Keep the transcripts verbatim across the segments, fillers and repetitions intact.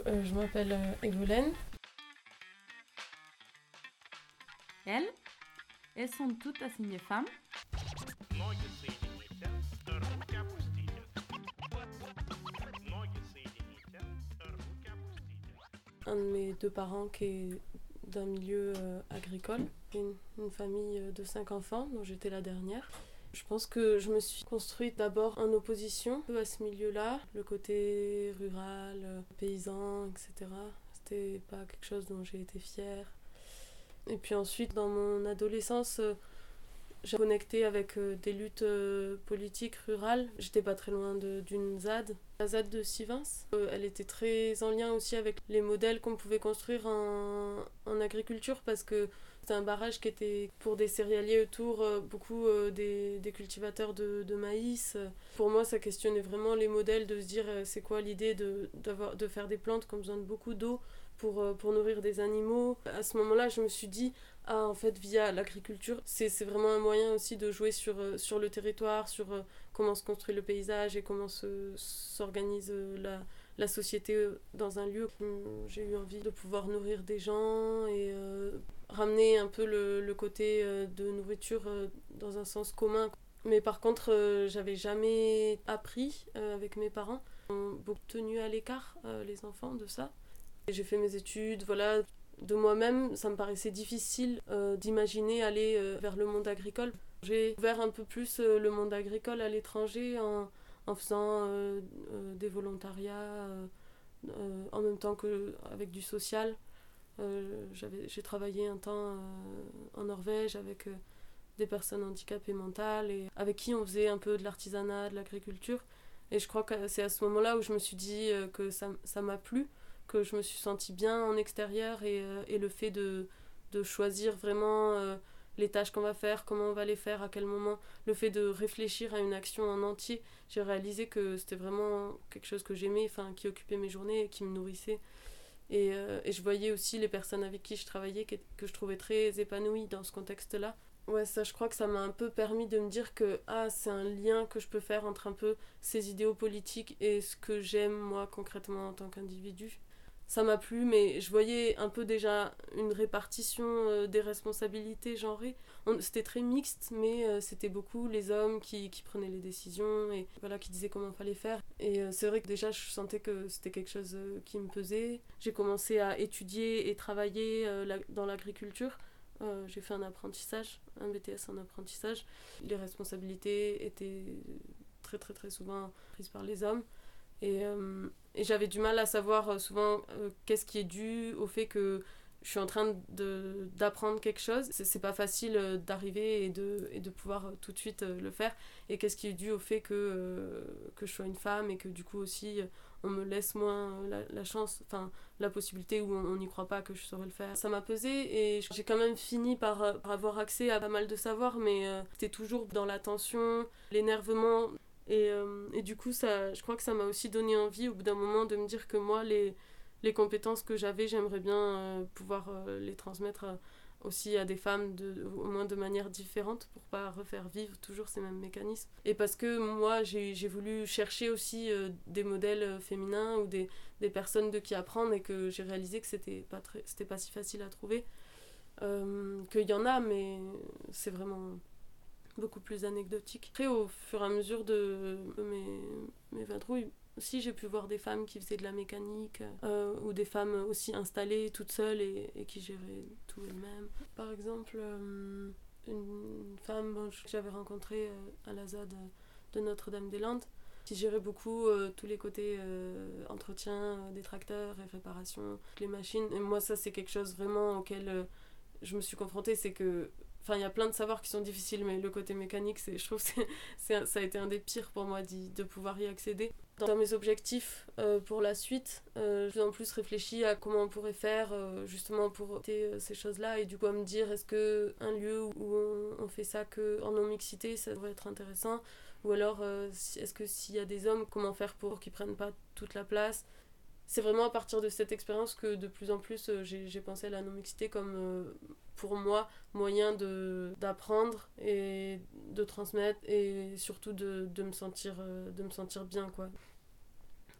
Euh, je m'appelle euh, Evelyn. Elles, elles sont toutes assignées femmes. Un de mes deux parents qui est d'un milieu euh, agricole. J'ai une, une famille euh, de cinq enfants, dont j'étais la dernière. Je pense que je me suis construite d'abord en opposition à ce milieu-là, le côté rural, euh, paysan, et cetera. C'était pas quelque chose dont j'ai été fière. Et puis ensuite, dans mon adolescence, euh, j'ai connecté avec euh, des luttes euh, politiques rurales. J'étais pas très loin de, d'une Z A D, la Z A D de Sivins. Euh, elle était très en lien aussi avec les modèles qu'on pouvait construire en, en agriculture parce que c'était un barrage qui était pour des céréaliers autour, euh, beaucoup euh, des, des cultivateurs de, de maïs. Pour moi, ça questionnait vraiment les modèles de se dire euh, c'est quoi l'idée de, d'avoir, de faire des plantes qui ont besoin de beaucoup d'eau pour, euh, pour nourrir des animaux. À ce moment-là, je me suis dit ah, en fait, via l'agriculture, c'est, c'est vraiment un moyen aussi de jouer sur, euh, sur le territoire, sur euh, comment se construit le paysage et comment se, s'organise euh, la, la société euh, dans un lieu. J'ai eu envie de pouvoir nourrir des gens et euh, ramener un peu le, le côté euh, de nourriture euh, dans un sens commun. Mais par contre, euh, j'avais jamais appris euh, avec mes parents. Ils ont beaucoup tenu à l'écart, euh, les enfants, de ça. Et j'ai fait mes études, voilà. De moi-même, ça me paraissait difficile euh, d'imaginer aller euh, vers le monde agricole. J'ai ouvert un peu plus euh, le monde agricole à l'étranger en, en faisant euh, euh, des volontariats euh, euh, en même temps qu'avec du social. Euh, j'avais, j'ai travaillé un temps euh, en Norvège avec euh, des personnes handicapées mentales et avec qui on faisait un peu de l'artisanat, de l'agriculture. Et je crois que c'est à ce moment-là où je me suis dit euh, que ça, ça m'a plu, que je me suis sentie bien en extérieur et, euh, et le fait de, de choisir vraiment euh, les tâches qu'on va faire, comment on va les faire, à quel moment, le fait de réfléchir à une action en entier, j'ai réalisé que c'était vraiment quelque chose que j'aimais, enfin, qui occupait mes journées et qui me nourrissait. Et, euh, et je voyais aussi les personnes avec qui je travaillais que, que je trouvais très épanouies dans ce contexte-là. Ouais, ça, je crois que ça m'a un peu permis de me dire que ah, c'est un lien que je peux faire entre un peu ces idéaux politiques et ce que j'aime, moi, concrètement, en tant qu'individu. Ça m'a plu, mais je voyais un peu déjà une répartition euh, des responsabilités genrées. On, c'était très mixte, mais euh, c'était beaucoup les hommes qui, qui prenaient les décisions et voilà, qui disaient comment il fallait faire. Et euh, c'est vrai que déjà, je sentais que c'était quelque chose euh, qui me pesait. J'ai commencé à étudier et travailler euh, la, dans l'agriculture. Euh, j'ai fait un apprentissage, un B T S en apprentissage. Les responsabilités étaient très très très souvent prises par les hommes. Et, euh, et j'avais du mal à savoir euh, souvent euh, qu'est-ce qui est dû au fait que je suis en train de, d'apprendre quelque chose. C'est, c'est pas facile euh, d'arriver et de, et de pouvoir euh, tout de suite euh, le faire. Et qu'est-ce qui est dû au fait que, euh, que je sois une femme et que du coup aussi euh, on me laisse moins euh, la, la chance, enfin la possibilité où on n'y croit pas que je saurais le faire. Ça m'a pesé et j'ai quand même fini par, euh, par avoir accès à pas mal de savoir, mais euh, c'était toujours dans la tension, l'énervement. Et, euh, et du coup, ça, je crois que ça m'a aussi donné envie au bout d'un moment de me dire que moi, les, les compétences que j'avais, j'aimerais bien euh, pouvoir euh, les transmettre euh, aussi à des femmes, de, au moins de manière différente, pour pas refaire vivre toujours ces mêmes mécanismes. Et parce que moi, j'ai, j'ai voulu chercher aussi euh, des modèles euh, féminins ou des, des personnes de qui apprendre et que j'ai réalisé que c'était pas, très, c'était pas si facile à trouver. Euh, qu'il y en a, mais c'est vraiment beaucoup plus anecdotique. Après, au fur et à mesure de mes, mes vadrouilles, aussi j'ai pu voir des femmes qui faisaient de la mécanique euh, ou des femmes aussi installées toutes seules et, et qui géraient tout elles-mêmes. Par exemple, euh, une femme bon, que j'avais rencontrée euh, à la Z A D de Notre-Dame-des-Landes qui gérait beaucoup euh, tous les côtés euh, entretien euh, des tracteurs et réparation, les machines. Et moi, ça, c'est quelque chose vraiment auquel euh, je me suis confrontée, c'est que enfin, il y a plein de savoirs qui sont difficiles, mais le côté mécanique, c'est, je trouve que c'est, c'est, ça a été un des pires pour moi d'y, de pouvoir y accéder. Dans mes objectifs euh, pour la suite, euh, j'ai en plus réfléchi à comment on pourrait faire euh, justement pour éviter euh, ces choses-là et du coup à me dire est-ce qu'un lieu où on, on fait ça qu'en non-mixité, ça devrait être intéressant ou alors euh, est-ce que s'il y a des hommes, comment faire pour qu'ils prennent pas toute la place. C'est vraiment à partir de cette expérience que de plus en plus euh, j'ai, j'ai pensé à la non-mixité comme euh, pour moi moyen de, d'apprendre et de transmettre et surtout de, de, me, sentir, euh, de me sentir bien quoi.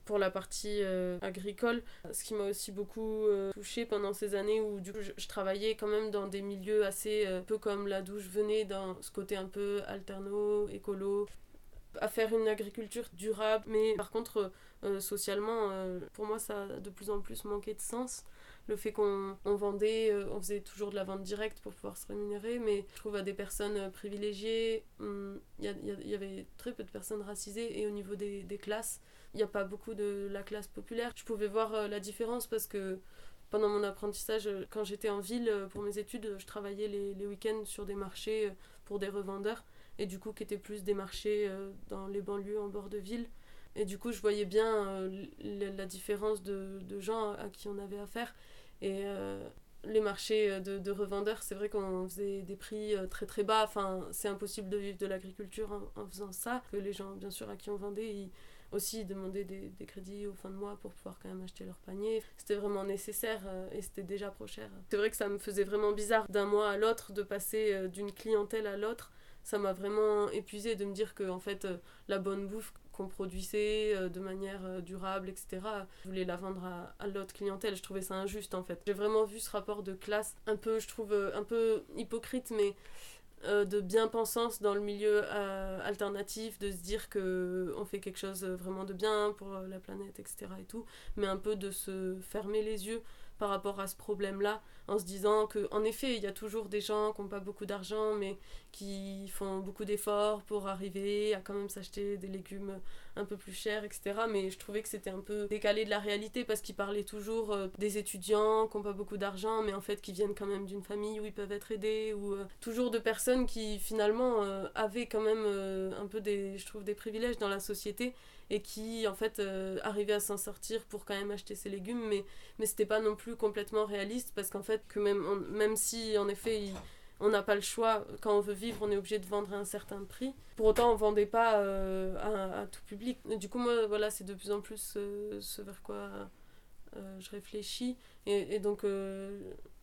pour la partie euh, agricole. Ce qui m'a aussi beaucoup euh, touchée pendant ces années où du coup je, je travaillais quand même dans des milieux assez euh, peu comme là d'où je venais, dans ce côté un peu alterno, écolo, à faire une agriculture durable, mais par contre euh, socialement euh, pour moi ça a de plus en plus manqué de sens. Le fait qu'on on vendait, euh, on faisait toujours de la vente directe pour pouvoir se rémunérer, mais je trouve à des personnes euh, privilégiées, il hum, y, y, y avait très peu de personnes racisées, et au niveau des, des classes, il n'y a pas beaucoup de la classe populaire. Je pouvais voir euh, la différence parce que pendant mon apprentissage, euh, quand j'étais en ville euh, pour mes études, je travaillais les, les week-ends sur des marchés euh, pour des revendeurs, et du coup qui étaient plus des marchés euh, dans les banlieues en bord de ville. Et du coup je voyais bien euh, la différence de, de gens à qui on avait affaire. Et euh, les marchés de, de revendeurs, c'est vrai qu'on faisait des prix très très bas. Enfin, c'est impossible de vivre de l'agriculture en, en faisant ça. Que les gens, bien sûr, à qui on vendait, ils aussi demandaient des, des crédits au fin de mois pour pouvoir quand même acheter leur panier. C'était vraiment nécessaire euh, et c'était déjà trop cher. C'est vrai que ça me faisait vraiment bizarre d'un mois à l'autre de passer euh, d'une clientèle à l'autre. Ça m'a vraiment épuisée de me dire que en fait, euh, la bonne bouffe qu'on produisait euh, de manière euh, durable, et cetera. Je voulais la vendre à, à l'autre clientèle. Je trouvais ça injuste en fait. J'ai vraiment vu ce rapport de classe un peu, je trouve, euh, un peu hypocrite, mais euh, de bien-pensance dans le milieu euh, alternatif, de se dire qu'on fait quelque chose vraiment de bien pour la planète, et cetera. Et tout, mais un peu de se fermer les yeux par rapport à ce problème-là, en se disant qu'en effet, il y a toujours des gens qui n'ont pas beaucoup d'argent, mais qui font beaucoup d'efforts pour arriver à quand même s'acheter des légumes un peu plus chers, et cetera. Mais je trouvais que c'était un peu décalé de la réalité, parce qu'ils parlaient toujours euh, des étudiants qui n'ont pas beaucoup d'argent, mais en fait qui viennent quand même d'une famille où ils peuvent être aidés, ou euh, toujours de personnes qui finalement euh, avaient quand même euh, un peu des, je trouve, des privilèges dans la société, et qui en fait euh, arrivaient à s'en sortir pour quand même acheter ces légumes, mais, mais c'était pas non plus complètement réaliste, parce qu'en fait que même, on, même si en effet il, on n'a pas le choix, quand on veut vivre on est obligé de vendre à un certain prix, pour autant on vendait pas euh, à, à tout public. Et du coup moi voilà, c'est de plus en plus euh, ce vers quoi euh, je réfléchis, et, et donc euh,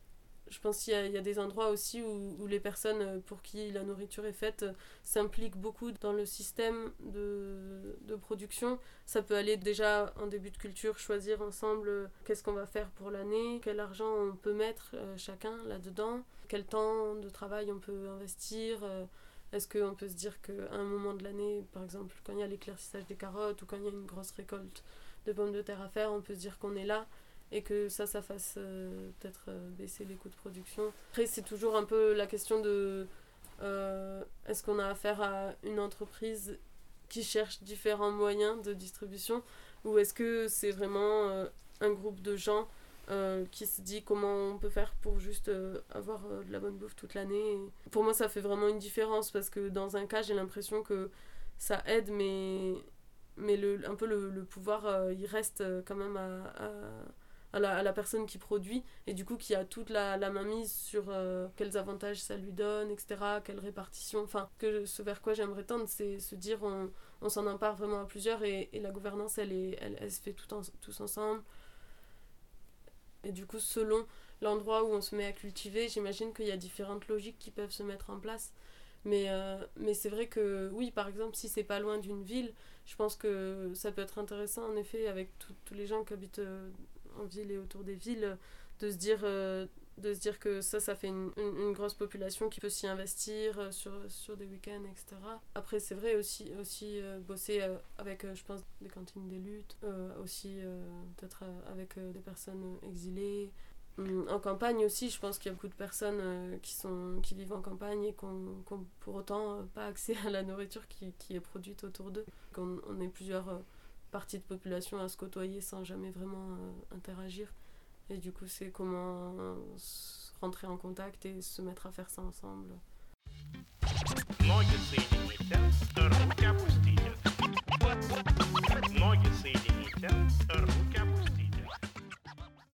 je pense qu'il y a, il y a des endroits aussi où, où les personnes pour qui la nourriture est faite s'impliquent beaucoup dans le système de, de production. Ça peut aller déjà en début de culture, choisir ensemble qu'est-ce qu'on va faire pour l'année, quel argent on peut mettre euh, chacun là-dedans, quel temps de travail on peut investir. Euh, est-ce qu'on peut se dire qu'à un moment de l'année, par exemple, quand il y a l'éclaircissage des carottes ou quand il y a une grosse récolte de pommes de terre à faire, on peut se dire qu'on est là, et que ça, ça fasse euh, peut-être euh, baisser les coûts de production. Après, c'est toujours un peu la question de euh, est-ce qu'on a affaire à une entreprise qui cherche différents moyens de distribution, ou est-ce que c'est vraiment euh, un groupe de gens euh, qui se dit comment on peut faire pour juste euh, avoir euh, de la bonne bouffe toute l'année. Et pour moi, ça fait vraiment une différence, parce que dans un cas, j'ai l'impression que ça aide, mais, mais le, un peu le, le pouvoir, euh, il reste quand même à... à À la, à la personne qui produit, et du coup qui a toute la, la mainmise sur euh, quels avantages ça lui donne, et cetera, quelle répartition, enfin, que ce vers quoi j'aimerais tendre, c'est se dire on, on s'en empare vraiment à plusieurs, et, et la gouvernance elle, est, elle, elle se fait tout en, tous ensemble, et du coup selon l'endroit où on se met à cultiver, j'imagine qu'il y a différentes logiques qui peuvent se mettre en place, mais, euh, mais c'est vrai que oui, par exemple, si c'est pas loin d'une ville, je pense que ça peut être intéressant en effet, avec tous les gens qui habitent euh, en ville et autour des villes, de se dire, euh, de se dire que ça, ça fait une, une, une grosse population qui peut s'y investir euh, sur, sur des week-ends, et cetera. Après, c'est vrai aussi, aussi euh, bosser euh, avec, euh, je pense, des cantines des luttes, euh, aussi euh, peut-être euh, avec euh, des personnes exilées. Hum, en campagne aussi, je pense qu'il y a beaucoup de personnes euh, qui, sont, qui vivent en campagne et qui n'ont pour autant euh, pas accès à la nourriture qui, qui est produite autour d'eux. Qu'on on est plusieurs... Euh, partie de population à se côtoyer sans jamais vraiment euh, interagir, et du coup c'est comment euh, rentrer en contact et se mettre à faire ça ensemble. Moi je suis